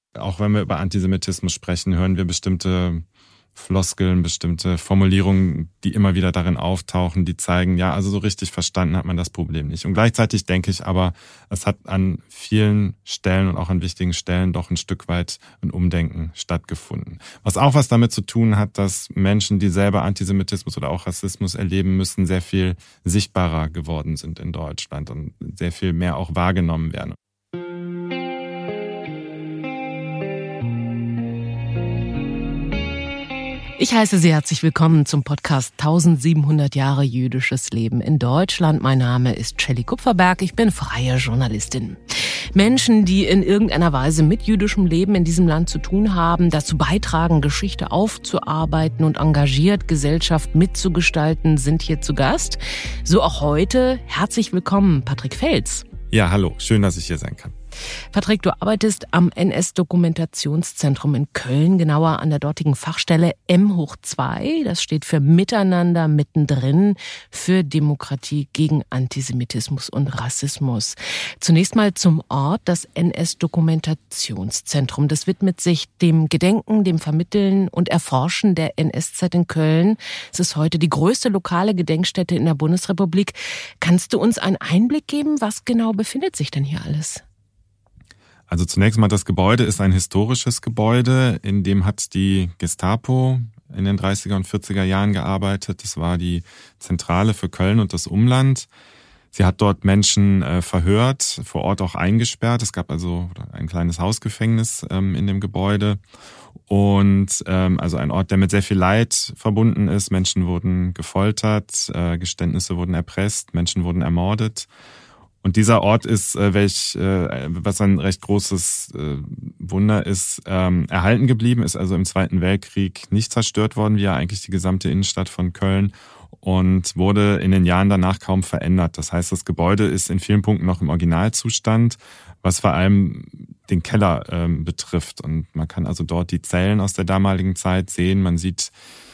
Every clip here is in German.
Auch wenn wir über Antisemitismus sprechen, hören wir bestimmte Floskeln, bestimmte Formulierungen, die immer wieder darin auftauchen, die zeigen, ja, also so richtig verstanden hat man das Problem nicht. Und gleichzeitig denke ich aber, es hat an vielen Stellen und auch an wichtigen Stellen doch ein Stück weit ein Umdenken stattgefunden. Was auch was damit zu tun hat, dass Menschen, die selber Antisemitismus oder auch Rassismus erleben müssen, sehr viel sichtbarer geworden sind in Deutschland und sehr viel mehr auch wahrgenommen werden. Ich heiße Sie herzlich willkommen zum Podcast 1700 Jahre jüdisches Leben in Deutschland. Mein Name ist Shelley Kupferberg, ich bin freie Journalistin. Menschen, die in irgendeiner Weise mit jüdischem Leben in diesem Land zu tun haben, dazu beitragen, Geschichte aufzuarbeiten und engagiert Gesellschaft mitzugestalten, sind hier zu Gast. So auch heute. Herzlich willkommen, Patrick Fels. Ja, hallo, schön, dass ich hier sein kann. Patrick, du arbeitest am NS-Dokumentationszentrum in Köln, genauer an der dortigen Fachstelle M2. Das steht für Miteinander mittendrin, für Demokratie gegen Antisemitismus und Rassismus. Zunächst mal zum Ort, das NS-Dokumentationszentrum. Das widmet sich dem Gedenken, dem Vermitteln und Erforschen der NS-Zeit in Köln. Es ist heute die größte lokale Gedenkstätte in der Bundesrepublik. Kannst du uns einen Einblick geben, was genau befindet sich denn hier alles? Also zunächst mal, das Gebäude ist ein historisches Gebäude, in dem hat die Gestapo in den 30er und 40er Jahren gearbeitet. Das war die Zentrale für Köln und das Umland. Sie hat dort Menschen verhört, vor Ort auch eingesperrt. Es gab also ein kleines Hausgefängnis in dem Gebäude. Und also ein Ort, der mit sehr viel Leid verbunden ist. Menschen wurden gefoltert, Geständnisse wurden erpresst, Menschen wurden ermordet. Und dieser Ort ist, was ein recht großes Wunder ist, erhalten geblieben, ist also im Zweiten Weltkrieg nicht zerstört worden, wie ja eigentlich die gesamte Innenstadt von Köln, und wurde in den Jahren danach kaum verändert. Das heißt, das Gebäude ist in vielen Punkten noch im Originalzustand, was vor allem den Keller betrifft. Und man kann also dort die Zellen aus der damaligen Zeit sehen. Man sieht,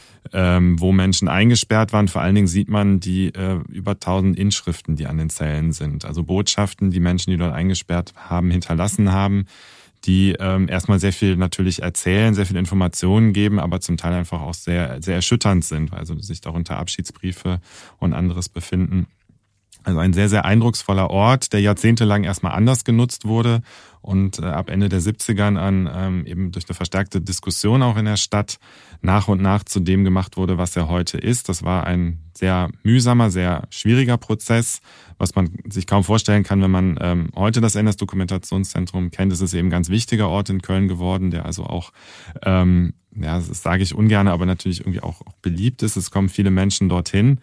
wo Menschen eingesperrt waren. Vor allen Dingen sieht man die über 1000 Inschriften, die an den Zellen sind. Also Botschaften, die Menschen, die dort eingesperrt haben, hinterlassen haben, die erstmal sehr viel natürlich erzählen, sehr viel Informationen geben, aber zum Teil einfach auch sehr, sehr erschütternd sind, also sich darunter Abschiedsbriefe und anderes befinden. Also ein sehr, sehr eindrucksvoller Ort, der jahrzehntelang erstmal anders genutzt wurde und ab Ende der 70ern an eben durch eine verstärkte Diskussion auch in der Stadt nach und nach zu dem gemacht wurde, was er heute ist. Das war ein sehr mühsamer, sehr schwieriger Prozess, was man sich kaum vorstellen kann, wenn man heute das NS-Dokumentationszentrum kennt. Es ist eben ein ganz wichtiger Ort in Köln geworden, der also auch, ja, das sage ich ungern, aber natürlich irgendwie auch beliebt ist. Es kommen viele Menschen dorthin.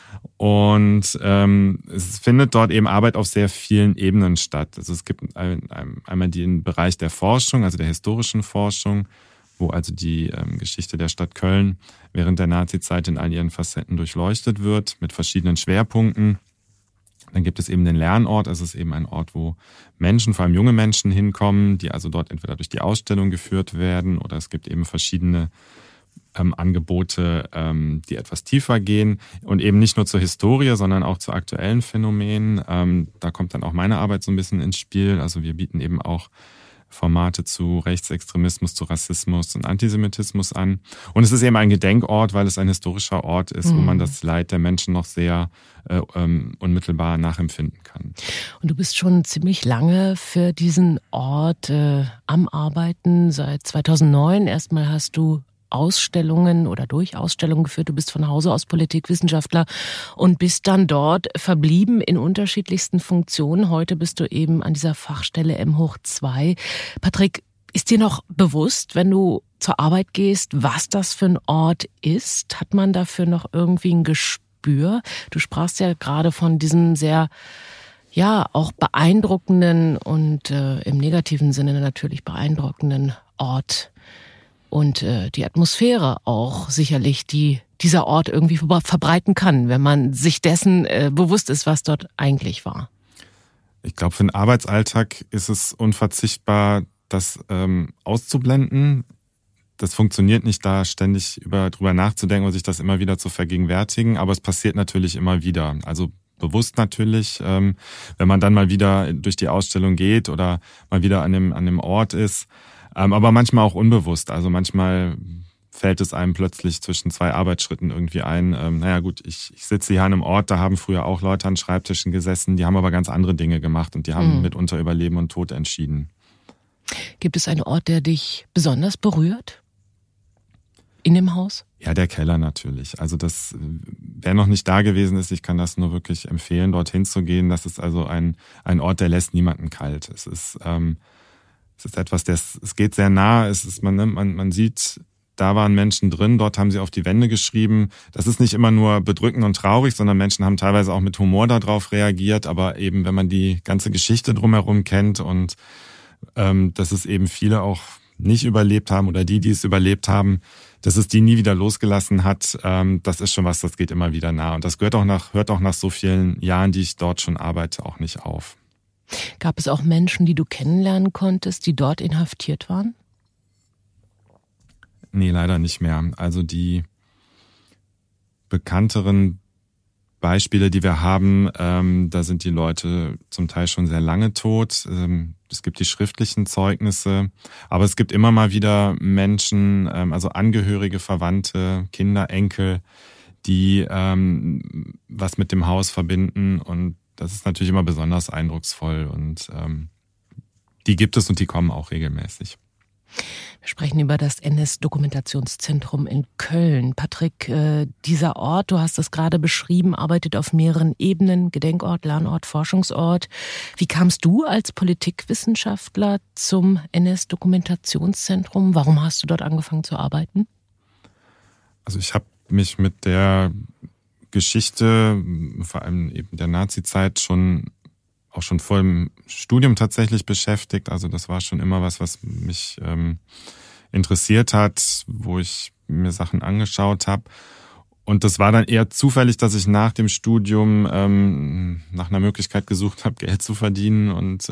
Und es findet dort eben Arbeit auf sehr vielen Ebenen statt. Also es gibt einmal den Bereich der Forschung, also der historischen Forschung, wo also die Geschichte der Stadt Köln während der Nazizeit in all ihren Facetten durchleuchtet wird, mit verschiedenen Schwerpunkten. Dann gibt es eben den Lernort, also es ist eben ein Ort, wo Menschen, vor allem junge Menschen, hinkommen, die also dort entweder durch die Ausstellung geführt werden oder es gibt eben verschiedene Angebote, die etwas tiefer gehen und eben nicht nur zur Historie, sondern auch zu aktuellen Phänomenen. Da kommt dann auch meine Arbeit so ein bisschen ins Spiel. Also wir bieten eben auch Formate zu Rechtsextremismus, zu Rassismus und Antisemitismus an. Und es ist eben ein Gedenkort, weil es ein historischer Ort ist, wo man das Leid der Menschen noch sehr unmittelbar nachempfinden kann. Und du bist schon ziemlich lange für diesen Ort am Arbeiten. Seit 2009 erstmal hast du Ausstellungen oder durch Ausstellungen geführt. Du bist von Hause aus Politikwissenschaftler und bist dann dort verblieben in unterschiedlichsten Funktionen. Heute bist du eben an dieser Fachstelle M2. Patrick, ist dir noch bewusst, wenn du zur Arbeit gehst, was das für ein Ort ist? Hat man dafür noch irgendwie ein Gespür? Du sprachst ja gerade von diesem sehr, ja, auch beeindruckenden und im negativen Sinne natürlich beeindruckenden Ort. Und die Atmosphäre auch sicherlich, die dieser Ort irgendwie verbreiten kann, wenn man sich dessen bewusst ist, was dort eigentlich war. Ich glaube, für den Arbeitsalltag ist es unverzichtbar, das auszublenden. Das funktioniert nicht, da ständig drüber nachzudenken und sich das immer wieder zu vergegenwärtigen. Aber es passiert natürlich immer wieder. Also bewusst natürlich, wenn man dann mal wieder durch die Ausstellung geht oder mal wieder an dem Ort ist. Aber manchmal auch unbewusst. Also manchmal fällt es einem plötzlich zwischen zwei Arbeitsschritten irgendwie ein. Naja gut, ich sitze hier an einem Ort, da haben früher auch Leute an Schreibtischen gesessen, die haben aber ganz andere Dinge gemacht und die haben mitunter über Leben und Tod entschieden. Gibt es einen Ort, der dich besonders berührt? In dem Haus? Ja, der Keller natürlich. Also das, wer noch nicht da gewesen ist, ich kann das nur wirklich empfehlen, dorthin zu gehen. Das ist also ein Ort, der lässt niemanden kalt. Es ist etwas, es geht sehr nah. Man sieht, da waren Menschen drin, dort haben sie auf die Wände geschrieben. Das ist nicht immer nur bedrückend und traurig, sondern Menschen haben teilweise auch mit Humor darauf reagiert. Aber eben, wenn man die ganze Geschichte drumherum kennt und dass es eben viele auch nicht überlebt haben oder die es überlebt haben, dass es die nie wieder losgelassen hat, das ist schon was, das geht immer wieder nah. Und das hört auch nach so vielen Jahren, die ich dort schon arbeite, auch nicht auf. Gab es auch Menschen, die du kennenlernen konntest, die dort inhaftiert waren? Nee, leider nicht mehr. Also die bekannteren Beispiele, die wir haben, da sind die Leute zum Teil schon sehr lange tot. Es gibt die schriftlichen Zeugnisse, aber es gibt immer mal wieder Menschen, also Angehörige, Verwandte, Kinder, Enkel, die was mit dem Haus verbinden, und das ist natürlich immer besonders eindrucksvoll, und die gibt es und die kommen auch regelmäßig. Wir sprechen über das NS-Dokumentationszentrum in Köln. Patrick, dieser Ort, du hast es gerade beschrieben, arbeitet auf mehreren Ebenen: Gedenkort, Lernort, Forschungsort. Wie kamst du als Politikwissenschaftler zum NS-Dokumentationszentrum? Warum hast du dort angefangen zu arbeiten? Also ich habe mich mit der Geschichte, vor allem eben der Nazi-Zeit, schon vor dem Studium tatsächlich beschäftigt. Also das war schon immer was mich interessiert hat, wo ich mir Sachen angeschaut habe. Und das war dann eher zufällig, dass ich nach dem Studium nach einer Möglichkeit gesucht habe, Geld zu verdienen, und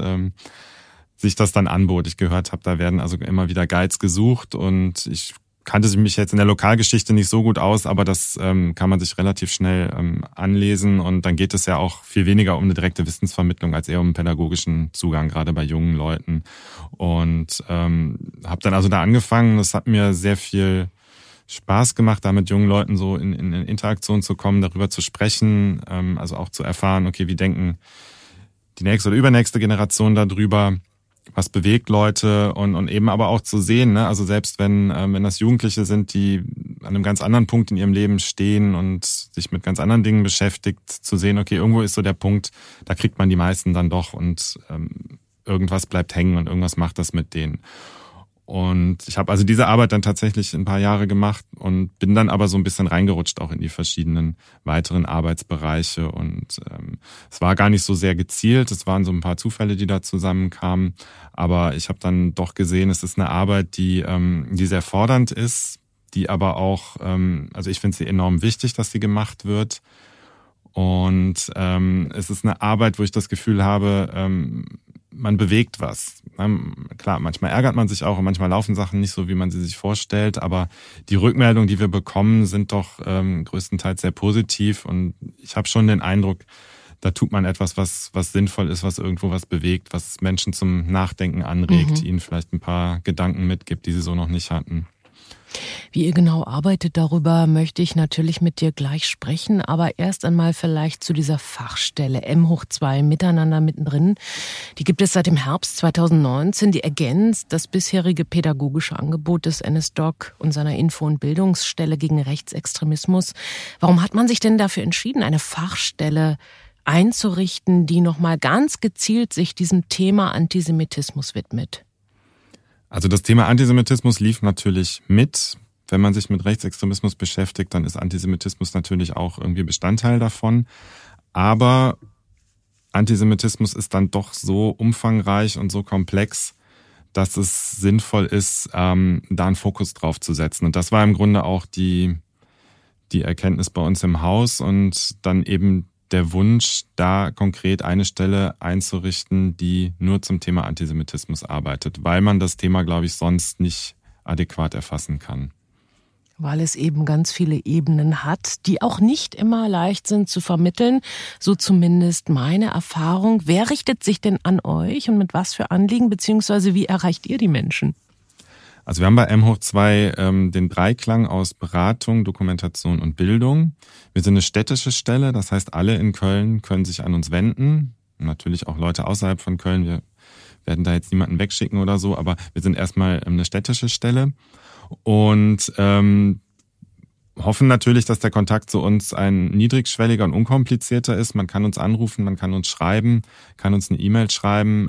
sich das dann anbot. Ich gehört habe, da werden also immer wieder Guides gesucht, und ich kannte mich jetzt in der Lokalgeschichte nicht so gut aus, aber das kann man sich relativ schnell anlesen, und dann geht es ja auch viel weniger um eine direkte Wissensvermittlung als eher um einen pädagogischen Zugang, gerade bei jungen Leuten. Und habe dann also da angefangen. Das hat mir sehr viel Spaß gemacht, da mit jungen Leuten so in Interaktion zu kommen, darüber zu sprechen, also auch zu erfahren, okay, wie denken die nächste oder übernächste Generation darüber, was bewegt Leute, und eben aber auch zu sehen, ne? Also selbst wenn das Jugendliche sind, die an einem ganz anderen Punkt in ihrem Leben stehen und sich mit ganz anderen Dingen beschäftigt, zu sehen, okay, irgendwo ist so der Punkt, da kriegt man die meisten dann doch, und irgendwas bleibt hängen und irgendwas macht das mit denen. Und ich habe also diese Arbeit dann tatsächlich ein paar Jahre gemacht und bin dann aber so ein bisschen reingerutscht auch in die verschiedenen weiteren Arbeitsbereiche. Und es war gar nicht so sehr gezielt, es waren so ein paar Zufälle, die da zusammenkamen. Aber ich habe dann doch gesehen, es ist eine Arbeit, die sehr fordernd ist, die aber auch, also ich finde sie enorm wichtig, dass sie gemacht wird. Und es ist eine Arbeit, wo ich das Gefühl habe, man bewegt was. Klar, manchmal ärgert man sich auch und manchmal laufen Sachen nicht so, wie man sie sich vorstellt, aber die Rückmeldungen, die wir bekommen, sind doch größtenteils sehr positiv, und ich habe schon den Eindruck, da tut man etwas, was sinnvoll ist, was irgendwo was bewegt, was Menschen zum Nachdenken anregt, ihnen vielleicht ein paar Gedanken mitgibt, die sie so noch nicht hatten. Wie ihr genau arbeitet, darüber möchte ich natürlich mit dir gleich sprechen, aber erst einmal vielleicht zu dieser Fachstelle M/2 Miteinander mittendrin. Die gibt es seit dem Herbst 2019, die ergänzt das bisherige pädagogische Angebot des NS-Doc und seiner Info- und Bildungsstelle gegen Rechtsextremismus. Warum hat man sich denn dafür entschieden, eine Fachstelle einzurichten, die nochmal ganz gezielt sich diesem Thema Antisemitismus widmet? Also das Thema Antisemitismus lief natürlich mit. Wenn man sich mit Rechtsextremismus beschäftigt, dann ist Antisemitismus natürlich auch irgendwie Bestandteil davon. Aber Antisemitismus ist dann doch so umfangreich und so komplex, dass es sinnvoll ist, da einen Fokus drauf zu setzen. Und das war im Grunde auch die Erkenntnis bei uns im Haus, und dann eben der Wunsch, da konkret eine Stelle einzurichten, die nur zum Thema Antisemitismus arbeitet, weil man das Thema, glaube ich, sonst nicht adäquat erfassen kann. Weil es eben ganz viele Ebenen hat, die auch nicht immer leicht sind zu vermitteln. So zumindest meine Erfahrung. Wer richtet sich denn an euch und mit was für Anliegen, beziehungsweise wie erreicht ihr die Menschen? Also wir haben bei M2 den Dreiklang aus Beratung, Dokumentation und Bildung. Wir sind eine städtische Stelle, das heißt, alle in Köln können sich an uns wenden. Natürlich auch Leute außerhalb von Köln. Wir werden da jetzt niemanden wegschicken oder so, aber wir sind erstmal eine städtische Stelle und hoffen natürlich, dass der Kontakt zu uns ein niedrigschwelliger und unkomplizierter ist. Man kann uns anrufen, man kann uns schreiben, kann uns eine E-Mail schreiben,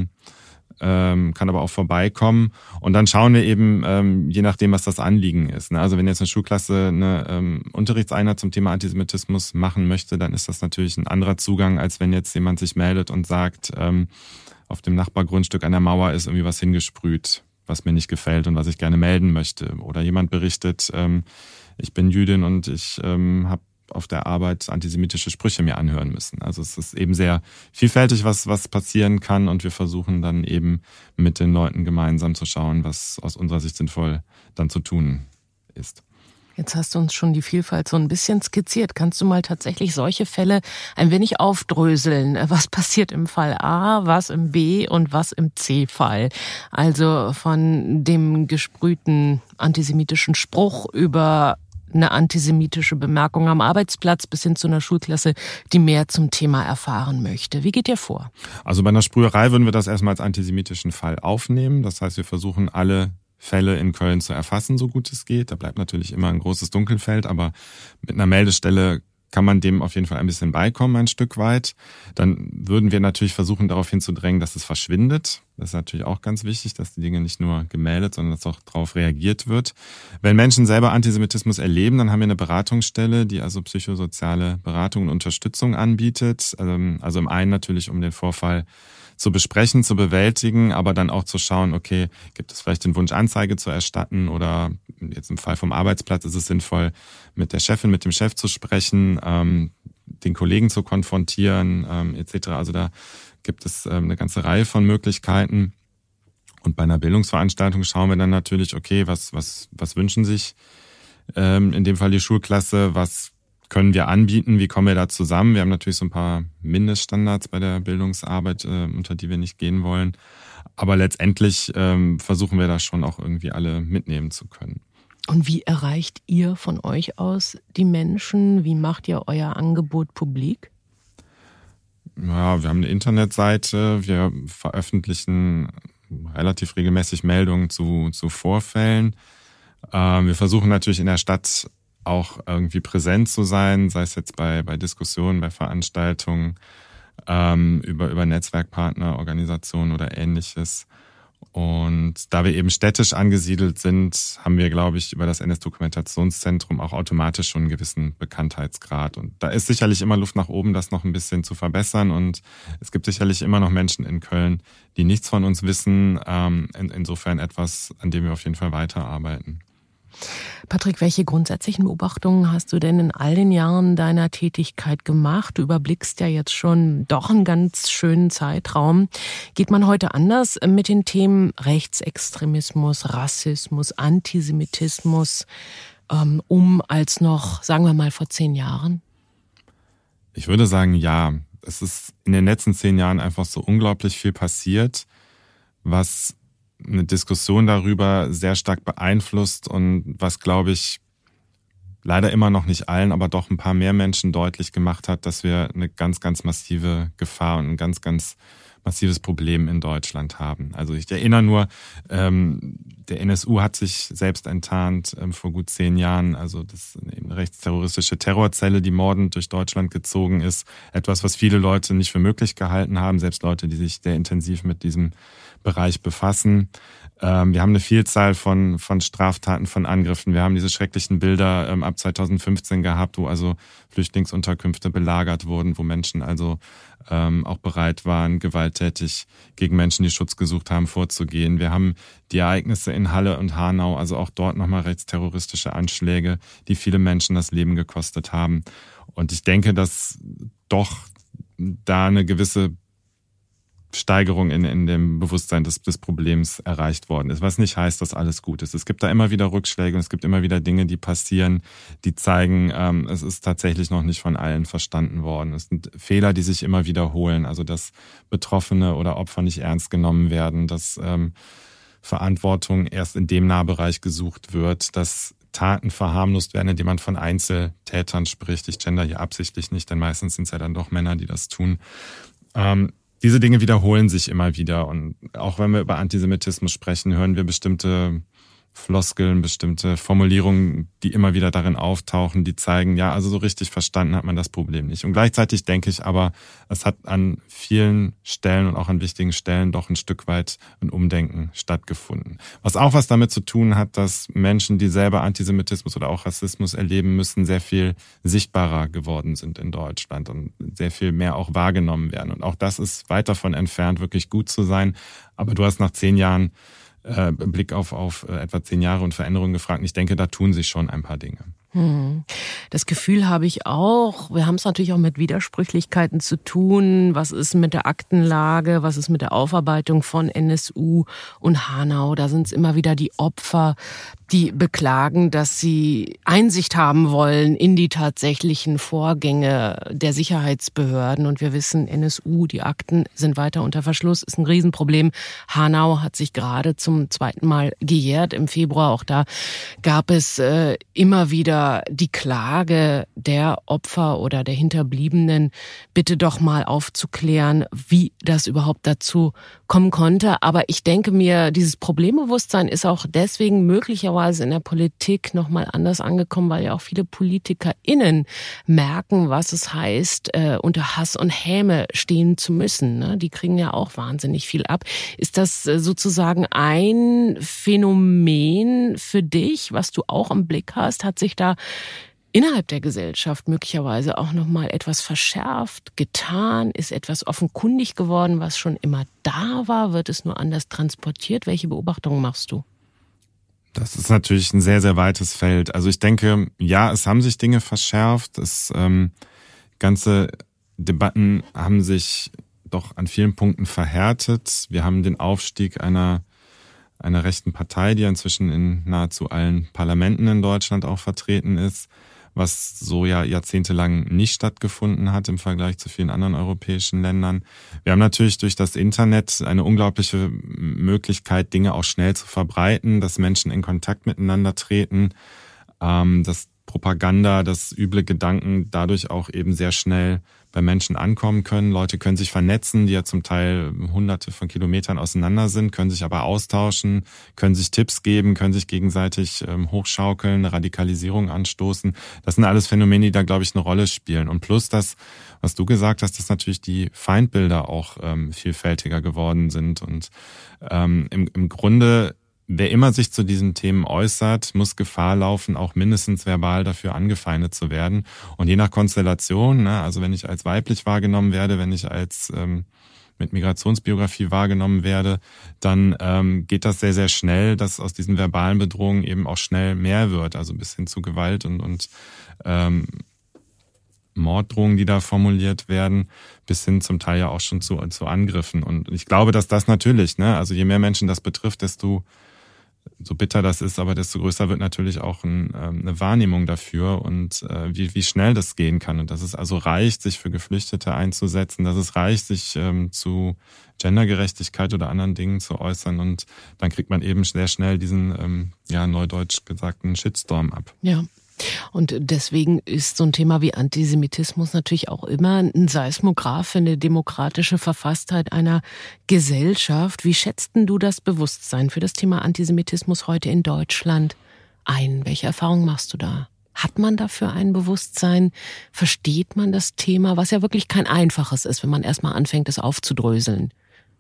kann aber auch vorbeikommen. Und dann schauen wir eben, je nachdem, was das Anliegen ist. Also wenn jetzt eine Schulklasse eine Unterrichtseinheit zum Thema Antisemitismus machen möchte, dann ist das natürlich ein anderer Zugang, als wenn jetzt jemand sich meldet und sagt, auf dem Nachbargrundstück an der Mauer ist irgendwie was hingesprüht, was mir nicht gefällt und was ich gerne melden möchte. Oder jemand berichtet, ich bin Jüdin und ich habe auf der Arbeit antisemitische Sprüche mir anhören müssen. Also es ist eben sehr vielfältig, was passieren kann, und wir versuchen dann eben mit den Leuten gemeinsam zu schauen, was aus unserer Sicht sinnvoll dann zu tun ist. Jetzt hast du uns schon die Vielfalt so ein bisschen skizziert. Kannst du mal tatsächlich solche Fälle ein wenig aufdröseln? Was passiert im Fall A, was im B und was im C-Fall? Also von dem gesprühten antisemitischen Spruch über eine antisemitische Bemerkung am Arbeitsplatz bis hin zu einer Schulklasse, die mehr zum Thema erfahren möchte. Wie geht ihr vor? Also bei einer Sprüherei würden wir das erstmal als antisemitischen Fall aufnehmen. Das heißt, wir versuchen alle Fälle in Köln zu erfassen, so gut es geht. Da bleibt natürlich immer ein großes Dunkelfeld, aber mit einer Meldestelle kann man dem auf jeden Fall ein bisschen beikommen, ein Stück weit. Dann würden wir natürlich versuchen, darauf hinzudrängen, dass es verschwindet. Das ist natürlich auch ganz wichtig, dass die Dinge nicht nur gemeldet, sondern dass auch darauf reagiert wird. Wenn Menschen selber Antisemitismus erleben, dann haben wir eine Beratungsstelle, die also psychosoziale Beratung und Unterstützung anbietet. Also im einen natürlich, um den Vorfall zu besprechen, zu bewältigen, aber dann auch zu schauen, okay, gibt es vielleicht den Wunsch, Anzeige zu erstatten, oder jetzt im Fall vom Arbeitsplatz ist es sinnvoll, mit der Chefin, mit dem Chef zu sprechen, den Kollegen zu konfrontieren, etc. Also da gibt es eine ganze Reihe von Möglichkeiten. Und bei einer Bildungsveranstaltung schauen wir dann natürlich, okay, was wünschen sich in dem Fall die Schulklasse, was können wir anbieten, wie kommen wir da zusammen? Wir haben natürlich so ein paar Mindeststandards bei der Bildungsarbeit, unter die wir nicht gehen wollen. Aber letztendlich versuchen wir da schon auch irgendwie alle mitnehmen zu können. Und wie erreicht ihr von euch aus die Menschen? Wie macht ihr euer Angebot publik? Ja, wir haben eine Internetseite, wir veröffentlichen relativ regelmäßig Meldungen zu Vorfällen. Wir versuchen natürlich in der Stadt auch irgendwie präsent zu sein, sei es jetzt bei Diskussionen, bei Veranstaltungen, über Netzwerkpartner, Organisationen oder Ähnliches. Und da wir eben städtisch angesiedelt sind, haben wir, glaube ich, über das NS-Dokumentationszentrum auch automatisch schon einen gewissen Bekanntheitsgrad. Und da ist sicherlich immer Luft nach oben, das noch ein bisschen zu verbessern. Und es gibt sicherlich immer noch Menschen in Köln, die nichts von uns wissen. Insofern etwas, an dem wir auf jeden Fall weiterarbeiten. Patrick, welche grundsätzlichen Beobachtungen hast du denn in all den Jahren deiner Tätigkeit gemacht? Du überblickst ja jetzt schon doch einen ganz schönen Zeitraum. Geht man heute anders mit den Themen Rechtsextremismus, Rassismus, Antisemitismus als noch, sagen wir mal, vor 10 Jahren? Ich würde sagen, ja. Es ist in den letzten 10 Jahren einfach so unglaublich viel passiert, was eine Diskussion darüber sehr stark beeinflusst und was, glaube ich, leider immer noch nicht allen, aber doch ein paar mehr Menschen deutlich gemacht hat, dass wir eine ganz, ganz massive Gefahr und ein ganz, ganz massives Problem in Deutschland haben. Also ich erinnere nur, der NSU hat sich selbst enttarnt vor gut 10 Jahren. Also das ist eine rechtsterroristische Terrorzelle, die mordend durch Deutschland gezogen ist. Etwas, was viele Leute nicht für möglich gehalten haben, selbst Leute, die sich sehr intensiv mit diesem Bereich befassen. Wir haben eine Vielzahl von Straftaten, von Angriffen. Wir haben diese schrecklichen Bilder ab 2015 gehabt, wo also Flüchtlingsunterkünfte belagert wurden, wo Menschen also auch bereit waren, gewalttätig gegen Menschen, die Schutz gesucht haben, vorzugehen. Wir haben die Ereignisse in Halle und Hanau, also auch dort nochmal rechtsterroristische Anschläge, die viele Menschen das Leben gekostet haben. Und ich denke, dass doch da eine gewisse Steigerung in dem Bewusstsein des Problems erreicht worden ist, was nicht heißt, dass alles gut ist. Es gibt da immer wieder Rückschläge und es gibt immer wieder Dinge, die passieren, die zeigen, es ist tatsächlich noch nicht von allen verstanden worden. Es sind Fehler, die sich immer wiederholen, also dass Betroffene oder Opfer nicht ernst genommen werden, dass Verantwortung erst in dem Nahbereich gesucht wird, dass Taten verharmlost werden, indem man von Einzeltätern spricht. Ich gender hier absichtlich nicht, denn meistens sind es ja dann doch Männer, die das tun. Diese Dinge wiederholen sich immer wieder. Und auch wenn wir über Antisemitismus sprechen, hören wir bestimmte Floskeln, bestimmte Formulierungen, die immer wieder darin auftauchen, die zeigen, ja, also so richtig verstanden hat man das Problem nicht. Und gleichzeitig denke ich aber, es hat an vielen Stellen und auch an wichtigen Stellen doch ein Stück weit ein Umdenken stattgefunden. Was auch was damit zu tun hat, dass Menschen, die selber Antisemitismus oder auch Rassismus erleben müssen, sehr viel sichtbarer geworden sind in Deutschland und sehr viel mehr auch wahrgenommen werden. Und auch das ist weit davon entfernt, wirklich gut zu sein. Aber du hast nach 10 Jahren Blick auf etwa 10 Jahre und Veränderungen gefragt. Ich denke, da tun sich schon ein paar Dinge. Das Gefühl habe ich auch. Wir haben es natürlich auch mit Widersprüchlichkeiten zu tun. Was ist mit der Aktenlage? Was ist mit der Aufarbeitung von NSU und Hanau? Da sind es immer wieder die Opfer, die beklagen, dass sie Einsicht haben wollen in die tatsächlichen Vorgänge der Sicherheitsbehörden. Und wir wissen, NSU, die Akten sind weiter unter Verschluss, ist ein Riesenproblem. Hanau hat sich gerade zum 2. Mal gejährt im Februar. Auch da gab es immer wieder die Klage der Opfer oder der Hinterbliebenen, bitte doch mal aufzuklären, wie das überhaupt dazu kommen konnte. Aber ich denke mir, dieses Problembewusstsein ist auch deswegen möglicherweise in der Politik noch mal anders angekommen, weil ja auch viele PolitikerInnen merken, was es heißt, unter Hass und Häme stehen zu müssen. Ne? Die kriegen ja auch wahnsinnig viel ab. Ist das sozusagen ein Phänomen für dich, was du auch im Blick hast? Hat sich da innerhalb der Gesellschaft möglicherweise auch noch mal etwas verschärft, getan? Ist etwas offenkundig geworden, was schon immer da war? Wird es nur anders transportiert? Welche Beobachtungen machst du? Das ist natürlich ein sehr, sehr weites Feld. Also ich denke, ja, es haben sich Dinge verschärft. Ganze Debatten haben sich doch an vielen Punkten verhärtet. Wir haben den Aufstieg einer rechten Partei, die inzwischen in nahezu allen Parlamenten in Deutschland auch vertreten ist, was so ja jahrzehntelang nicht stattgefunden hat im Vergleich zu vielen anderen europäischen Ländern. Wir haben natürlich durch das Internet eine unglaubliche Möglichkeit, Dinge auch schnell zu verbreiten, dass Menschen in Kontakt miteinander treten, dass Propaganda, dass üble Gedanken dadurch auch eben sehr schnell bei Menschen ankommen können. Leute können sich vernetzen, die ja zum Teil hunderte von Kilometern auseinander sind, können sich aber austauschen, können sich Tipps geben, können sich gegenseitig hochschaukeln, eine Radikalisierung anstoßen. Das sind alles Phänomene, die da, glaube ich, eine Rolle spielen. Und plus das, was du gesagt hast, dass natürlich die Feindbilder auch vielfältiger geworden sind. Und im Grunde, wer immer sich zu diesen Themen äußert, muss Gefahr laufen, auch mindestens verbal dafür angefeindet zu werden. Und je nach Konstellation, ne, also wenn ich als weiblich wahrgenommen werde, wenn ich als mit Migrationsbiografie wahrgenommen werde, dann geht das sehr, sehr schnell, dass aus diesen verbalen Bedrohungen eben auch schnell mehr wird, also bis hin zu Gewalt und Morddrohungen, die da formuliert werden, bis hin zum Teil ja auch schon zu Angriffen. Und ich glaube, dass das natürlich, ne, also je mehr Menschen das betrifft, so bitter das ist, aber desto größer wird natürlich auch eine Wahrnehmung dafür und wie schnell das gehen kann. Und dass es also reicht, sich für Geflüchtete einzusetzen, dass es reicht, sich zu Gendergerechtigkeit oder anderen Dingen zu äußern. Und dann kriegt man eben sehr schnell diesen, neudeutsch gesagten Shitstorm ab. Ja. Und deswegen ist so ein Thema wie Antisemitismus natürlich auch immer ein Seismograph für eine demokratische Verfasstheit einer Gesellschaft. Wie schätzt denn du das Bewusstsein für das Thema Antisemitismus heute in Deutschland ein? Welche Erfahrungen machst du da? Hat man dafür ein Bewusstsein? Versteht man das Thema, was ja wirklich kein einfaches ist, wenn man erstmal anfängt, es aufzudröseln?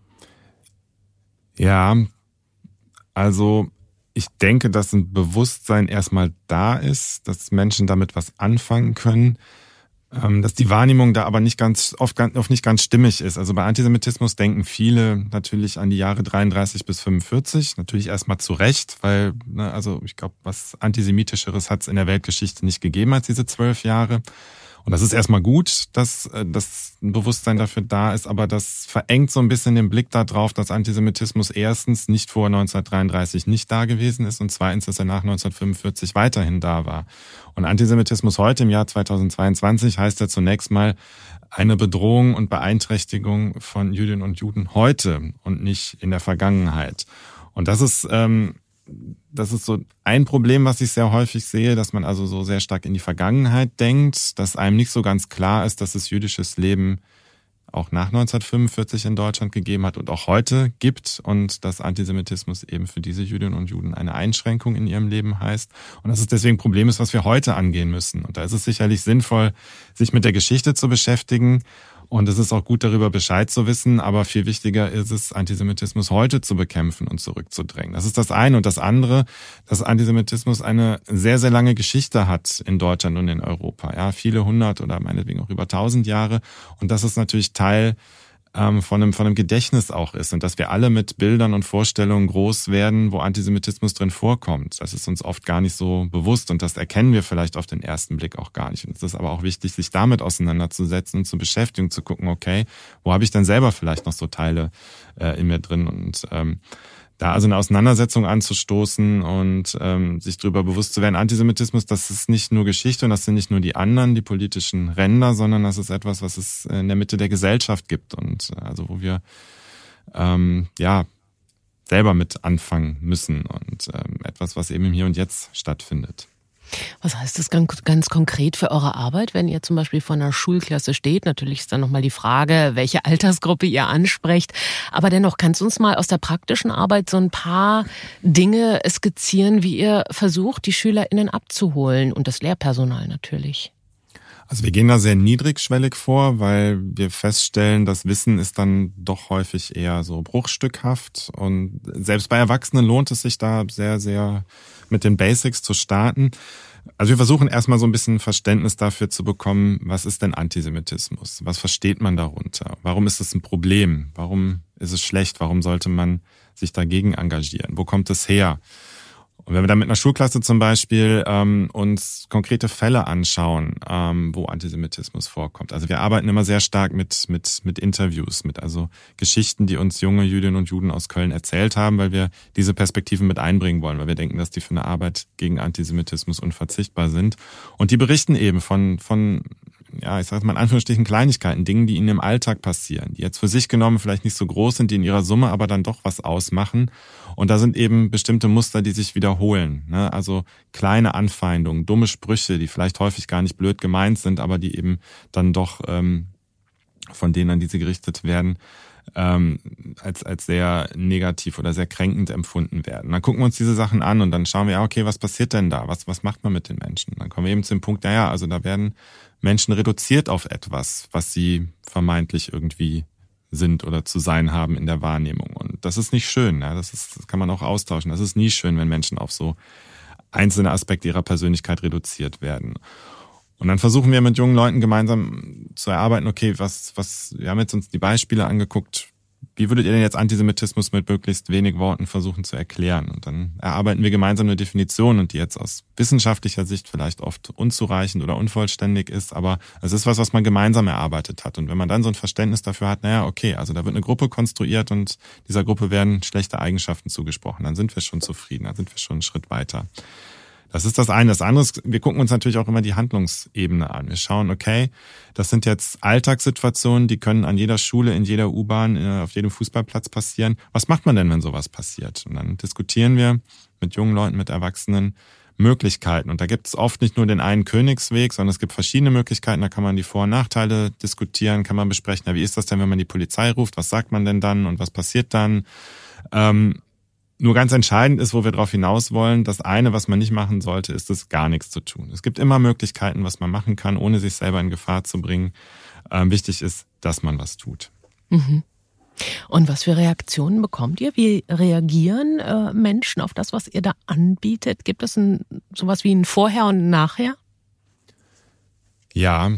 Ja, also ich denke, dass ein Bewusstsein erstmal da ist, dass Menschen damit was anfangen können, dass die Wahrnehmung da aber oft nicht ganz stimmig ist. Also bei Antisemitismus denken viele natürlich an die Jahre 33 bis 45, natürlich erstmal zu Recht, weil, also ich glaube, was Antisemitischeres hat es in der Weltgeschichte nicht gegeben als diese 12 Jahre. Und das ist erstmal gut, dass das Bewusstsein dafür da ist, aber das verengt so ein bisschen den Blick darauf, dass Antisemitismus erstens nicht vor 1933 nicht da gewesen ist und zweitens, dass er nach 1945 weiterhin da war. Und Antisemitismus heute im Jahr 2022 heißt ja zunächst mal eine Bedrohung und Beeinträchtigung von Jüdinnen und Juden heute und nicht in der Vergangenheit. Und das ist so ein Problem, was ich sehr häufig sehe, dass man also so sehr stark in die Vergangenheit denkt, dass einem nicht so ganz klar ist, dass es jüdisches Leben auch nach 1945 in Deutschland gegeben hat und auch heute gibt und dass Antisemitismus eben für diese Jüdinnen und Juden eine Einschränkung in ihrem Leben heißt und dass es deswegen ein Problem ist, was wir heute angehen müssen. Und da ist es sicherlich sinnvoll, sich mit der Geschichte zu beschäftigen. Und es ist auch gut, darüber Bescheid zu wissen, aber viel wichtiger ist es, Antisemitismus heute zu bekämpfen und zurückzudrängen. Das ist das eine. Und das andere, dass Antisemitismus eine sehr, sehr lange Geschichte hat in Deutschland und in Europa. Ja, viele 100 oder meinetwegen auch über 1000 Jahre. Und das ist natürlich Teil von einem Gedächtnis auch ist und dass wir alle mit Bildern und Vorstellungen groß werden, wo Antisemitismus drin vorkommt. Das ist uns oft gar nicht so bewusst und das erkennen wir vielleicht auf den ersten Blick auch gar nicht. Und es ist aber auch wichtig, sich damit auseinanderzusetzen und zu beschäftigen, zu gucken, okay, wo habe ich denn selber vielleicht noch so Teile in mir drin und da also eine Auseinandersetzung anzustoßen und sich darüber bewusst zu werden, Antisemitismus, das ist nicht nur Geschichte und das sind nicht nur die anderen, die politischen Ränder, sondern das ist etwas, was es in der Mitte der Gesellschaft gibt und also wo wir selber mit anfangen müssen und etwas, was eben im Hier und Jetzt stattfindet. Was heißt das ganz konkret für eure Arbeit, wenn ihr zum Beispiel vor einer Schulklasse steht? Natürlich ist dann nochmal die Frage, welche Altersgruppe ihr ansprecht. Aber dennoch, kannst du uns mal aus der praktischen Arbeit so ein paar Dinge skizzieren, wie ihr versucht, die SchülerInnen abzuholen und das Lehrpersonal natürlich? Also wir gehen da sehr niedrigschwellig vor, weil wir feststellen, das Wissen ist dann doch häufig eher so bruchstückhaft. Und selbst bei Erwachsenen lohnt es sich da sehr, sehr mit den Basics zu starten. Also wir versuchen erstmal so ein bisschen Verständnis dafür zu bekommen, was ist denn Antisemitismus? Was versteht man darunter? Warum ist es ein Problem? Warum ist es schlecht? Warum sollte man sich dagegen engagieren? Wo kommt es her? Und wenn wir dann mit einer Schulklasse zum Beispiel uns konkrete Fälle anschauen, wo Antisemitismus vorkommt. Also wir arbeiten immer sehr stark mit Interviews, mit also Geschichten, die uns junge Jüdinnen und Juden aus Köln erzählt haben, weil wir diese Perspektiven mit einbringen wollen, weil wir denken, dass die für eine Arbeit gegen Antisemitismus unverzichtbar sind. Und die berichten eben von ich sage mal in Anführungsstrichen Kleinigkeiten, Dingen, die ihnen im Alltag passieren, die jetzt für sich genommen vielleicht nicht so groß sind, die in ihrer Summe aber dann doch was ausmachen. Und da sind eben bestimmte Muster, die sich wiederholen. Ne? Also kleine Anfeindungen, dumme Sprüche, die vielleicht häufig gar nicht blöd gemeint sind, aber die eben dann doch von denen, an die sie gerichtet werden, als sehr negativ oder sehr kränkend empfunden werden. Dann gucken wir uns diese Sachen an und dann schauen wir, okay, was passiert denn da? Was macht man mit den Menschen? Dann kommen wir eben zu dem Punkt, also da werden Menschen reduziert auf etwas, was sie vermeintlich irgendwie sind oder zu sein haben in der Wahrnehmung. Und das ist nicht schön. Ja? Das kann man auch austauschen. Das ist nie schön, wenn Menschen auf so einzelne Aspekte ihrer Persönlichkeit reduziert werden. Und dann versuchen wir mit jungen Leuten gemeinsam zu erarbeiten, okay, wir haben jetzt uns die Beispiele angeguckt, wie würdet ihr denn jetzt Antisemitismus mit möglichst wenig Worten versuchen zu erklären? Und dann erarbeiten wir gemeinsam eine Definition und die jetzt aus wissenschaftlicher Sicht vielleicht oft unzureichend oder unvollständig ist, aber es ist was man gemeinsam erarbeitet hat. Und wenn man dann so ein Verständnis dafür hat, also da wird eine Gruppe konstruiert und dieser Gruppe werden schlechte Eigenschaften zugesprochen, dann sind wir schon zufrieden, dann sind wir schon einen Schritt weiter. Das ist das eine. Das andere ist, wir gucken uns natürlich auch immer die Handlungsebene an. Wir schauen, okay, das sind jetzt Alltagssituationen, die können an jeder Schule, in jeder U-Bahn, auf jedem Fußballplatz passieren. Was macht man denn, wenn sowas passiert? Und dann diskutieren wir mit jungen Leuten, mit Erwachsenen Möglichkeiten. Und da gibt es oft nicht nur den einen Königsweg, sondern es gibt verschiedene Möglichkeiten. Da kann man die Vor- und Nachteile diskutieren, kann man besprechen, wie ist das denn, wenn man die Polizei ruft? Was sagt man denn dann und was passiert dann? Nur ganz entscheidend ist, wo wir drauf hinaus wollen, das eine, was man nicht machen sollte, ist es, gar nichts zu tun. Es gibt immer Möglichkeiten, was man machen kann, ohne sich selber in Gefahr zu bringen. Wichtig ist, dass man was tut. Mhm. Und was für Reaktionen bekommt ihr? Wie reagieren Menschen auf das, was ihr da anbietet? Gibt es sowas wie ein Vorher und ein Nachher? Ja,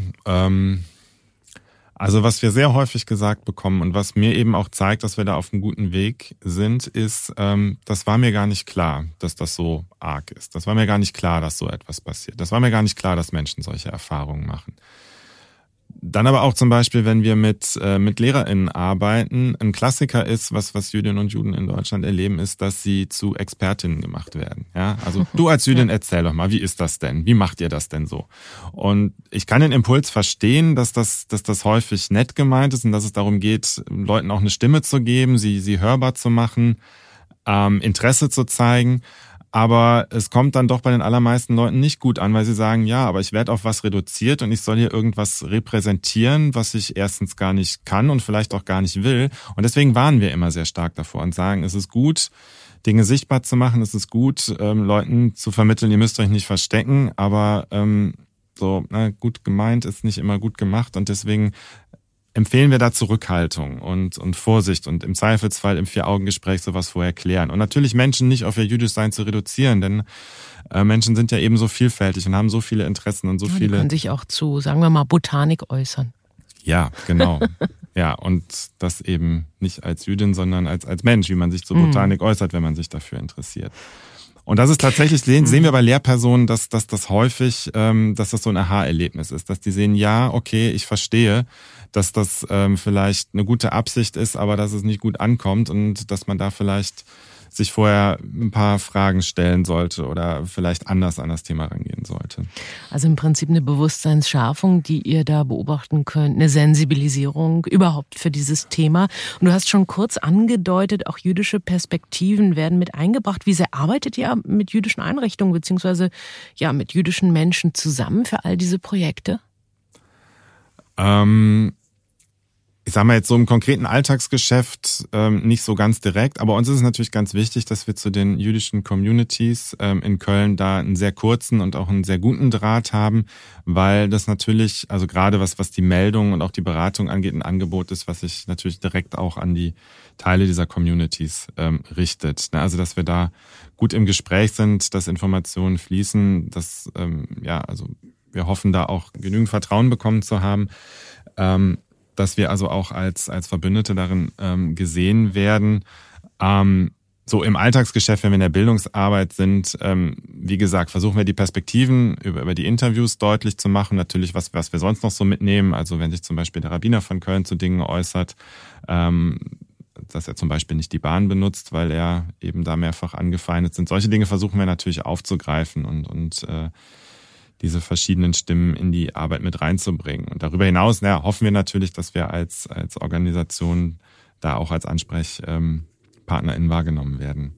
also was wir sehr häufig gesagt bekommen und was mir eben auch zeigt, dass wir da auf einem guten Weg sind, ist, das war mir gar nicht klar, dass das so arg ist. Das war mir gar nicht klar, dass so etwas passiert. Das war mir gar nicht klar, dass Menschen solche Erfahrungen machen. Dann aber auch zum Beispiel, wenn wir mit LehrerInnen arbeiten, ein Klassiker ist, was Jüdinnen und Juden in Deutschland erleben, ist, dass sie zu Expertinnen gemacht werden. Ja, also du als Jüdin, erzähl doch mal, wie ist das denn? Wie macht ihr das denn so? Und ich kann den Impuls verstehen, dass das häufig nett gemeint ist und dass es darum geht, Leuten auch eine Stimme zu geben, sie hörbar zu machen. Interesse zu zeigen. Aber es kommt dann doch bei den allermeisten Leuten nicht gut an, weil sie sagen, ja, aber ich werde auf was reduziert und ich soll hier irgendwas repräsentieren, was ich erstens gar nicht kann und vielleicht auch gar nicht will. Und deswegen warnen wir immer sehr stark davor und sagen, es ist gut, Dinge sichtbar zu machen, es ist gut, Leuten zu vermitteln, ihr müsst euch nicht verstecken, aber gut gemeint ist nicht immer gut gemacht und deswegen empfehlen wir da Zurückhaltung und Vorsicht und im Zweifelsfall im 4-Augen-Gespräch sowas vorher klären. Und natürlich Menschen nicht auf ihr Jüdischsein zu reduzieren, denn Menschen sind ja ebenso vielfältig und haben so viele Interessen und so viele... Die können sich auch zu, sagen wir mal, Botanik äußern. Ja, genau. Ja, und das eben nicht als Jüdin, sondern als Mensch, wie man sich zur Botanik äußert, wenn man sich dafür interessiert. Und das ist tatsächlich, sehen wir bei Lehrpersonen, dass das häufig, dass das so ein Aha-Erlebnis ist, dass die sehen, ja, okay, ich verstehe, dass das vielleicht eine gute Absicht ist, aber dass es nicht gut ankommt und dass man da vielleicht sich vorher ein paar Fragen stellen sollte oder vielleicht anders an das Thema rangehen sollte. Also im Prinzip eine Bewusstseinsschärfung, die ihr da beobachten könnt, eine Sensibilisierung überhaupt für dieses Thema. Und du hast schon kurz angedeutet, auch jüdische Perspektiven werden mit eingebracht. Wie sehr arbeitet ihr mit jüdischen Einrichtungen beziehungsweise ja mit jüdischen Menschen zusammen für all diese Projekte? Ich sage mal jetzt so im konkreten Alltagsgeschäft nicht so ganz direkt, aber uns ist es natürlich ganz wichtig, dass wir zu den jüdischen Communities in Köln da einen sehr kurzen und auch einen sehr guten Draht haben, weil das natürlich, also gerade was die Meldung und auch die Beratung angeht, ein Angebot ist, was sich natürlich direkt auch an die Teile dieser Communities richtet. Also dass wir da gut im Gespräch sind, dass Informationen fließen, dass also wir hoffen da auch genügend Vertrauen bekommen zu haben, dass wir also auch als Verbündete darin gesehen werden. So im Alltagsgeschäft, wenn wir in der Bildungsarbeit sind, wie gesagt, versuchen wir die Perspektiven über die Interviews deutlich zu machen. Natürlich, was wir sonst noch so mitnehmen. Also wenn sich zum Beispiel der Rabbiner von Köln zu Dingen äußert, dass er zum Beispiel nicht die Bahn benutzt, weil er eben da mehrfach angefeindet sind. Solche Dinge versuchen wir natürlich aufzugreifen und diese verschiedenen Stimmen in die Arbeit mit reinzubringen. Und darüber hinaus hoffen wir natürlich, dass wir als Organisation da auch als AnsprechpartnerInnen wahrgenommen werden.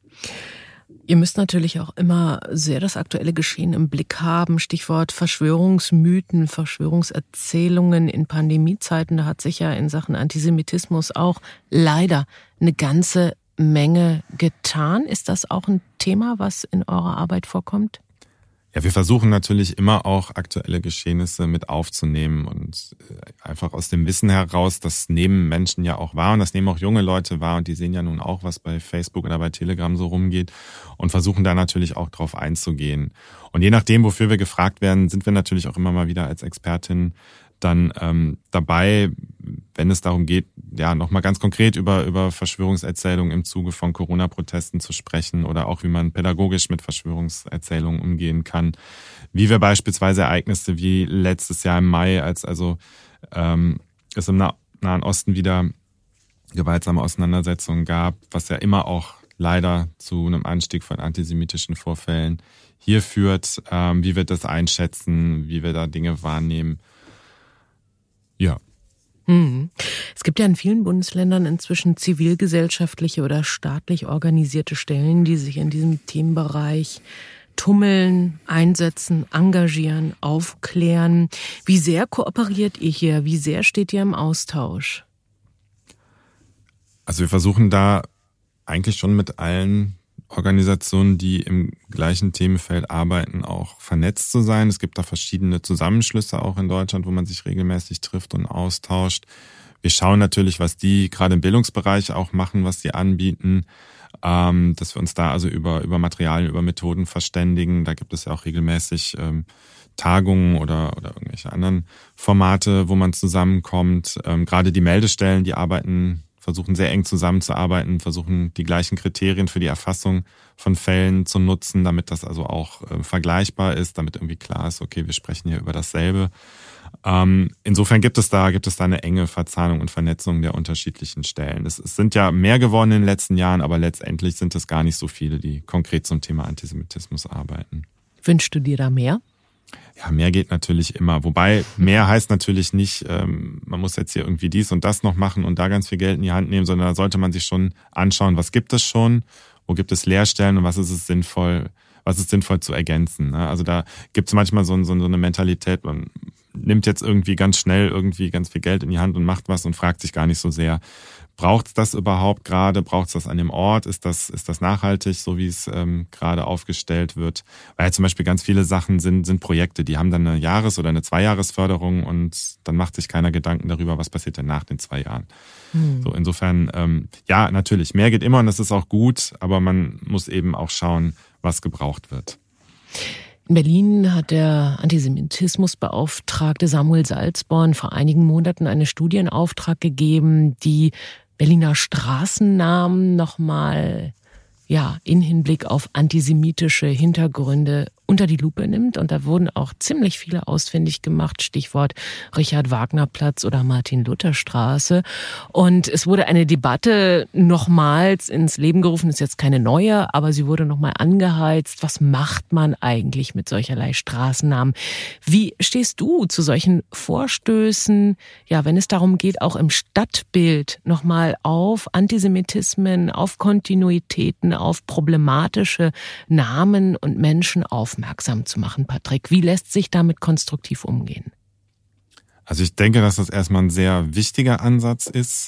Ihr müsst natürlich auch immer sehr das aktuelle Geschehen im Blick haben. Stichwort Verschwörungsmythen, Verschwörungserzählungen in Pandemiezeiten. Da hat sich ja in Sachen Antisemitismus auch leider eine ganze Menge getan. Ist das auch ein Thema, was in eurer Arbeit vorkommt? Ja, wir versuchen natürlich immer auch aktuelle Geschehnisse mit aufzunehmen und einfach aus dem Wissen heraus, das nehmen Menschen ja auch wahr und das nehmen auch junge Leute wahr und die sehen ja nun auch, was bei Facebook oder bei Telegram so rumgeht und versuchen da natürlich auch drauf einzugehen. Und je nachdem, wofür wir gefragt werden, sind wir natürlich auch immer mal wieder als Expertin dann dabei, wenn es darum geht, ja nochmal ganz konkret über Verschwörungserzählungen im Zuge von Corona-Protesten zu sprechen oder auch wie man pädagogisch mit Verschwörungserzählungen umgehen kann. Wie wir beispielsweise Ereignisse wie letztes Jahr im Mai, als es im Nahen Osten wieder gewaltsame Auseinandersetzungen gab, was ja immer auch leider zu einem Anstieg von antisemitischen Vorfällen hier führt, wie wir das einschätzen, wie wir da Dinge wahrnehmen. Ja. Es gibt ja in vielen Bundesländern inzwischen zivilgesellschaftliche oder staatlich organisierte Stellen, die sich in diesem Themenbereich tummeln, einsetzen, engagieren, aufklären. Wie sehr kooperiert ihr hier? Wie sehr steht ihr im Austausch? Also wir versuchen da eigentlich schon mit allen Organisationen, die im gleichen Themenfeld arbeiten, auch vernetzt zu sein. Es gibt da verschiedene Zusammenschlüsse auch in Deutschland, wo man sich regelmäßig trifft und austauscht. Wir schauen natürlich, was die gerade im Bildungsbereich auch machen, was sie anbieten, dass wir uns da also über Materialien, über Methoden verständigen. Da gibt es ja auch regelmäßig Tagungen oder irgendwelche anderen Formate, wo man zusammenkommt. Gerade die Meldestellen, die versuchen sehr eng zusammenzuarbeiten, versuchen die gleichen Kriterien für die Erfassung von Fällen zu nutzen, damit das also auch vergleichbar ist, damit irgendwie klar ist, okay, wir sprechen hier über dasselbe. Insofern gibt es da eine enge Verzahnung und Vernetzung der unterschiedlichen Stellen. Es sind ja mehr geworden in den letzten Jahren, aber letztendlich sind es gar nicht so viele, die konkret zum Thema Antisemitismus arbeiten. Wünschst du dir da mehr? Ja, mehr geht natürlich immer. Wobei, mehr heißt natürlich nicht, man muss jetzt hier irgendwie dies und das noch machen und da ganz viel Geld in die Hand nehmen, sondern da sollte man sich schon anschauen, was gibt es schon, wo gibt es Leerstellen und was ist sinnvoll zu ergänzen. Also da gibt es manchmal so eine Mentalität, man nimmt jetzt irgendwie ganz schnell irgendwie ganz viel Geld in die Hand und macht was und fragt sich gar nicht so sehr, braucht es das überhaupt gerade? Braucht es das an dem Ort? Ist das nachhaltig, so wie es gerade aufgestellt wird? Weil zum Beispiel ganz viele Sachen sind Projekte, die haben dann eine Jahres- oder eine 2-Jahres-Förderung und dann macht sich keiner Gedanken darüber, was passiert denn nach den 2 Jahren. So insofern, ja, natürlich, mehr geht immer und das ist auch gut, aber man muss eben auch schauen, was gebraucht wird. In Berlin hat der Antisemitismusbeauftragte Samuel Salzborn vor einigen Monaten eine Studie in Auftrag gegeben, die Berliner Straßennamen nochmal in Hinblick auf antisemitische Hintergründe unter die Lupe nimmt. Und da wurden auch ziemlich viele ausfindig gemacht. Stichwort Richard-Wagner-Platz oder Martin-Luther-Straße. Und es wurde eine Debatte nochmals ins Leben gerufen. Ist jetzt keine neue, aber sie wurde nochmal angeheizt. Was macht man eigentlich mit solcherlei Straßennamen? Wie stehst du zu solchen Vorstößen? Ja, wenn es darum geht, auch im Stadtbild nochmal auf Antisemitismen, auf Kontinuitäten, auf problematische Namen und Menschen aufmerksam zu machen, Patrick. Wie lässt sich damit konstruktiv umgehen? Also ich denke, dass das erstmal ein sehr wichtiger Ansatz ist,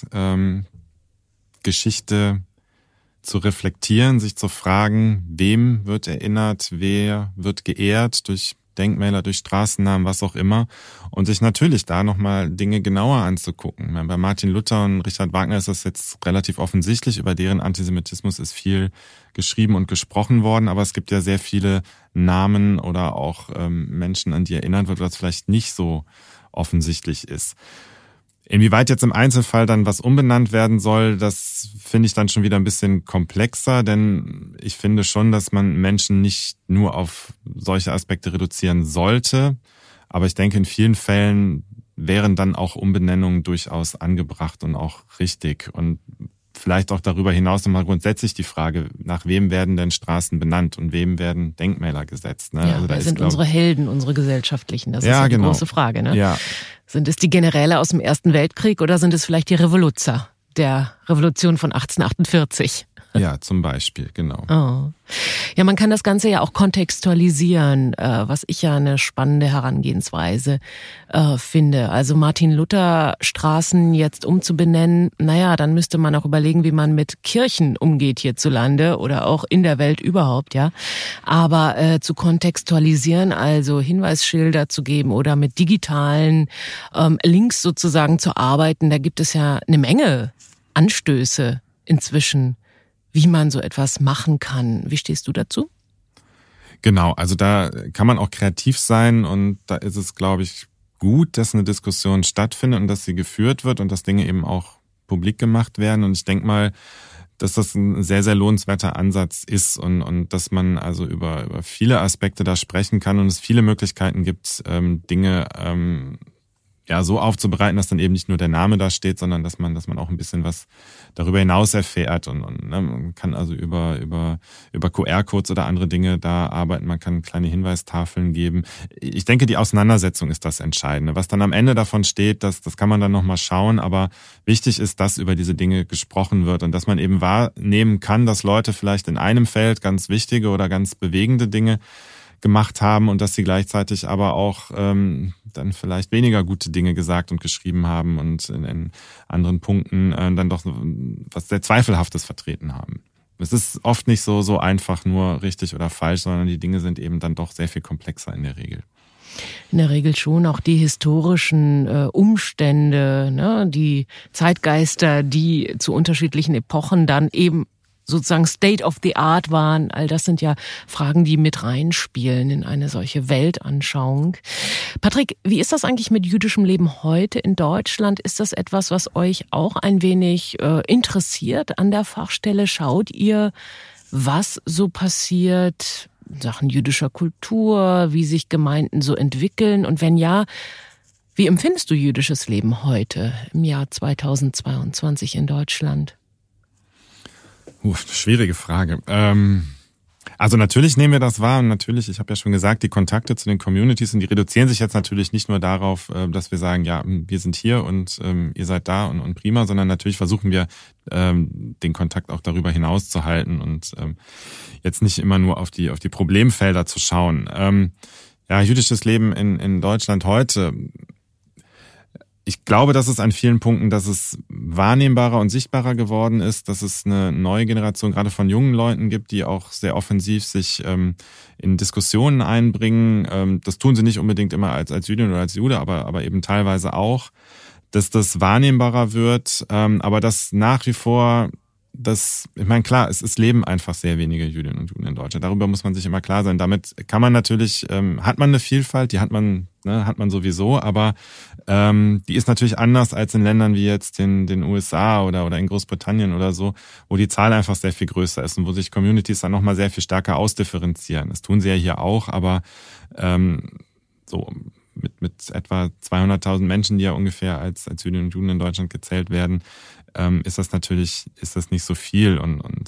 Geschichte zu reflektieren, sich zu fragen, wem wird erinnert, wer wird geehrt durch Denkmäler, durch Straßennamen, was auch immer. Und sich natürlich da nochmal Dinge genauer anzugucken. Bei Martin Luther und Richard Wagner ist das jetzt relativ offensichtlich. Über deren Antisemitismus ist viel geschrieben und gesprochen worden. Aber es gibt ja sehr viele Namen oder auch Menschen, an die erinnert wird, was vielleicht nicht so offensichtlich ist. Inwieweit jetzt im Einzelfall dann was umbenannt werden soll, das finde ich dann schon wieder ein bisschen komplexer, denn ich finde schon, dass man Menschen nicht nur auf solche Aspekte reduzieren sollte. Aber ich denke, in vielen Fällen wären dann auch Umbenennungen durchaus angebracht und auch richtig. Und vielleicht auch darüber hinaus nochmal grundsätzlich die Frage, nach wem werden denn Straßen benannt und wem werden Denkmäler gesetzt? Ne? Ja, also wer sind unsere Helden, unsere gesellschaftlichen? Das ist ja die große Frage. Ne? Ja. Sind es die Generäle aus dem Ersten Weltkrieg oder sind es vielleicht die Revoluzzer der Revolution von 1848? Ja, zum Beispiel, genau. Oh. Ja, man kann das Ganze ja auch kontextualisieren, was ich ja eine spannende Herangehensweise finde. Also Martin Luther Straßen jetzt umzubenennen, dann müsste man auch überlegen, wie man mit Kirchen umgeht hierzulande oder auch in der Welt überhaupt, ja. Aber zu kontextualisieren, also Hinweisschilder zu geben oder mit digitalen Links sozusagen zu arbeiten, da gibt es ja eine Menge Anstöße inzwischen, wie man so etwas machen kann. Wie stehst du dazu? Genau, also da kann man auch kreativ sein und da ist es, glaube ich, gut, dass eine Diskussion stattfindet und dass sie geführt wird und dass Dinge eben auch publik gemacht werden. Und ich denke mal, dass das ein sehr, sehr lohnenswerter Ansatz ist und dass man also über viele Aspekte da sprechen kann und es viele Möglichkeiten gibt, Dinge so aufzubereiten, dass dann eben nicht nur der Name da steht, sondern dass man auch ein bisschen was darüber hinaus erfährt und man kann also über QR-Codes oder andere Dinge da arbeiten, man kann kleine Hinweistafeln geben. Ich denke, die Auseinandersetzung ist das Entscheidende. Was dann am Ende davon steht, das kann man dann nochmal schauen, aber wichtig ist, dass über diese Dinge gesprochen wird und dass man eben wahrnehmen kann, dass Leute vielleicht in einem Feld ganz wichtige oder ganz bewegende Dinge gemacht haben und dass sie gleichzeitig aber auch dann vielleicht weniger gute Dinge gesagt und geschrieben haben und in anderen Punkten dann doch was sehr Zweifelhaftes vertreten haben. Es ist oft nicht so einfach nur richtig oder falsch, sondern die Dinge sind eben dann doch sehr viel komplexer in der Regel. In der Regel schon auch die historischen Umstände, ne, die Zeitgeister, die zu unterschiedlichen Epochen dann eben sozusagen State of the Art waren. All das sind ja Fragen, die mit reinspielen in eine solche Weltanschauung. Patrick, wie ist das eigentlich mit jüdischem Leben heute in Deutschland? Ist das etwas, was euch auch ein wenig interessiert an der Fachstelle? Schaut ihr, was so passiert in Sachen jüdischer Kultur, wie sich Gemeinden so entwickeln? Und wenn ja, wie empfindest du jüdisches Leben heute im Jahr 2022 in Deutschland? Schwierige Frage. Also natürlich nehmen wir das wahr und natürlich, ich habe ja schon gesagt, die Kontakte zu den Communities und die reduzieren sich jetzt natürlich nicht nur darauf, dass wir sagen, ja, wir sind hier und ihr seid da und prima, sondern natürlich versuchen wir den Kontakt auch darüber hinaus zu halten und jetzt nicht immer nur auf die Problemfelder zu schauen. Ja, jüdisches Leben in Deutschland heute. Ich glaube, dass es an vielen Punkten, dass es wahrnehmbarer und sichtbarer geworden ist, dass es eine neue Generation gerade von jungen Leuten gibt, die auch sehr offensiv sich in Diskussionen einbringen. Das tun sie nicht unbedingt immer als Jüdin oder als Jude, aber eben teilweise auch, dass das wahrnehmbarer wird, aber dass nach wie vor ich meine, klar, es leben einfach sehr wenige Jüdinnen und Juden in Deutschland. Darüber muss man sich immer klar sein. Damit kann man natürlich, hat man eine Vielfalt, die hat man sowieso, aber die ist natürlich anders als in Ländern wie jetzt den USA oder in Großbritannien oder so, wo die Zahl einfach sehr viel größer ist und wo sich Communities dann nochmal sehr viel stärker ausdifferenzieren. Das tun sie ja hier auch, aber so mit etwa 200.000 Menschen, die ja ungefähr als Jüdinnen und Juden in Deutschland gezählt werden, ist das nicht so viel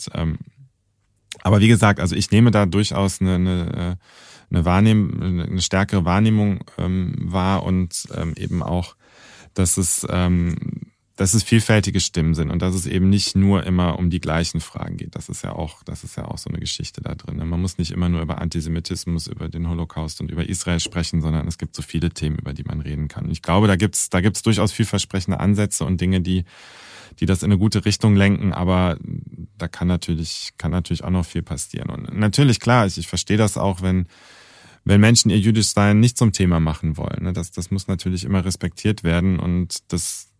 aber wie gesagt, also ich nehme da durchaus eine stärkere Wahrnehmung wahr und eben auch, dass es vielfältige Stimmen sind und dass es eben nicht nur immer um die gleichen Fragen geht. Das ist ja auch so eine Geschichte da drin. Man muss nicht immer nur über Antisemitismus, über den Holocaust und über Israel sprechen, sondern es gibt so viele Themen, über die man reden kann. Ich glaube, da gibt's durchaus vielversprechende Ansätze und Dinge, die das in eine gute Richtung lenken, aber da kann natürlich auch noch viel passieren. Und natürlich, klar, ich verstehe das auch, wenn Menschen ihr Jüdischsein nicht zum Thema machen wollen. Das muss natürlich immer respektiert werden und das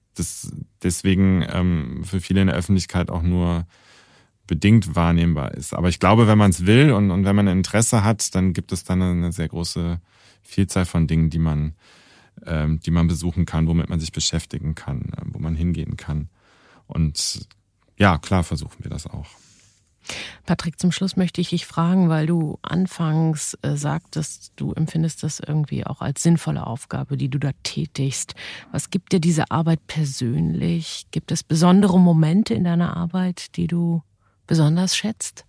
deswegen für viele in der Öffentlichkeit auch nur bedingt wahrnehmbar ist. Aber ich glaube, wenn man es will und wenn man ein Interesse hat, dann gibt es dann eine sehr große Vielzahl von Dingen, die man besuchen kann, womit man sich beschäftigen kann, wo man hingehen kann. Und ja, klar versuchen wir das auch. Patrick, zum Schluss möchte ich dich fragen, weil du anfangs sagtest, du empfindest das irgendwie auch als sinnvolle Aufgabe, die du da tätigst. Was gibt dir diese Arbeit persönlich? Gibt es besondere Momente in deiner Arbeit, die du besonders schätzt?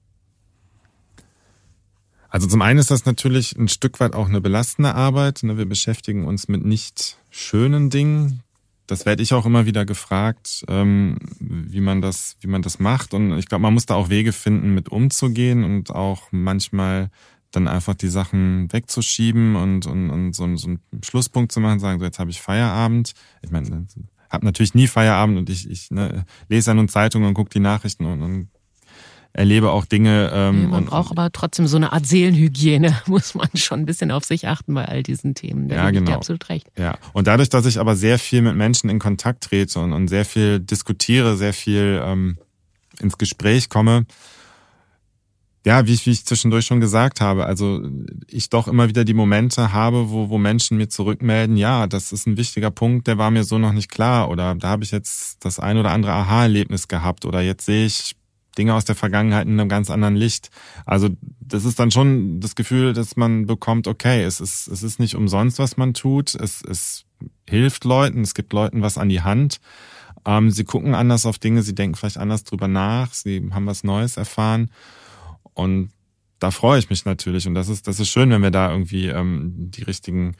Also zum einen ist das natürlich ein Stück weit auch eine belastende Arbeit. Wir beschäftigen uns mit nicht schönen Dingen. Das werde ich auch immer wieder gefragt, wie man das macht. Und ich glaube, man muss da auch Wege finden, mit umzugehen und auch manchmal dann einfach die Sachen wegzuschieben und so einen Schlusspunkt zu machen, sagen, so jetzt habe ich Feierabend. Ich meine, habe natürlich nie Feierabend und ich lese ja nun Zeitungen und gucke die Nachrichten und erlebe auch Dinge. Man braucht aber trotzdem so eine Art Seelenhygiene, muss man schon ein bisschen auf sich achten bei all diesen Themen. Da gebe ich dir absolut recht. Ja, und dadurch, dass ich aber sehr viel mit Menschen in Kontakt trete und sehr viel diskutiere, sehr viel ins Gespräch komme, ja, wie ich zwischendurch schon gesagt habe, also ich doch immer wieder die Momente habe, wo Menschen mir zurückmelden, ja, das ist ein wichtiger Punkt, der war mir so noch nicht klar oder da habe ich jetzt das ein oder andere Aha-Erlebnis gehabt oder jetzt sehe ich Dinge aus der Vergangenheit in einem ganz anderen Licht. Also das ist dann schon das Gefühl, dass man bekommt, okay, es ist nicht umsonst, was man tut. Es hilft Leuten, es gibt Leuten was an die Hand. Sie gucken anders auf Dinge, sie denken vielleicht anders drüber nach, sie haben was Neues erfahren. Und da freue ich mich natürlich. Und das ist schön, wenn wir da irgendwie die richtigen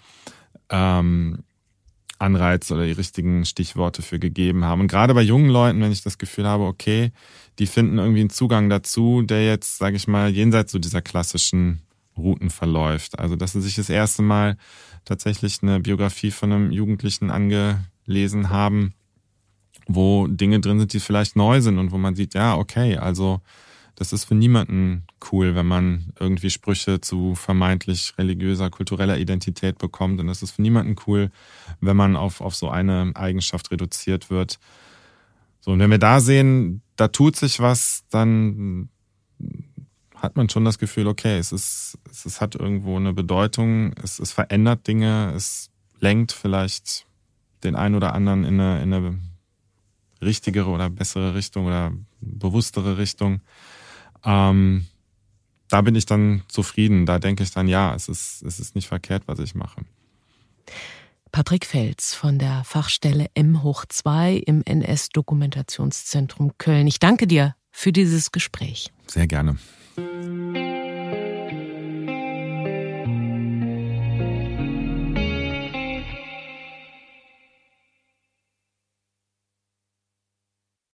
Anreize oder die richtigen Stichworte für gegeben haben. Und gerade bei jungen Leuten, wenn ich das Gefühl habe, okay, die finden irgendwie einen Zugang dazu, der jetzt, sage ich mal, jenseits so dieser klassischen Routen verläuft. Also, dass sie sich das erste Mal tatsächlich eine Biografie von einem Jugendlichen angelesen haben, wo Dinge drin sind, die vielleicht neu sind und wo man sieht, ja, okay, also das ist für niemanden cool, wenn man irgendwie Sprüche zu vermeintlich religiöser, kultureller Identität bekommt. Und das ist für niemanden cool, wenn man auf so eine Eigenschaft reduziert wird. So, und wenn wir da sehen, da tut sich was, dann hat man schon das Gefühl, okay, es hat irgendwo eine Bedeutung, es verändert Dinge, es lenkt vielleicht den einen oder anderen in eine richtigere oder bessere Richtung oder bewusstere Richtung. Da bin ich dann zufrieden. Da denke ich dann, ja, es ist nicht verkehrt, was ich mache. Patrick Fels von der Fachstelle M/2 im NS-Dokumentationszentrum Köln. Ich danke dir für dieses Gespräch. Sehr gerne.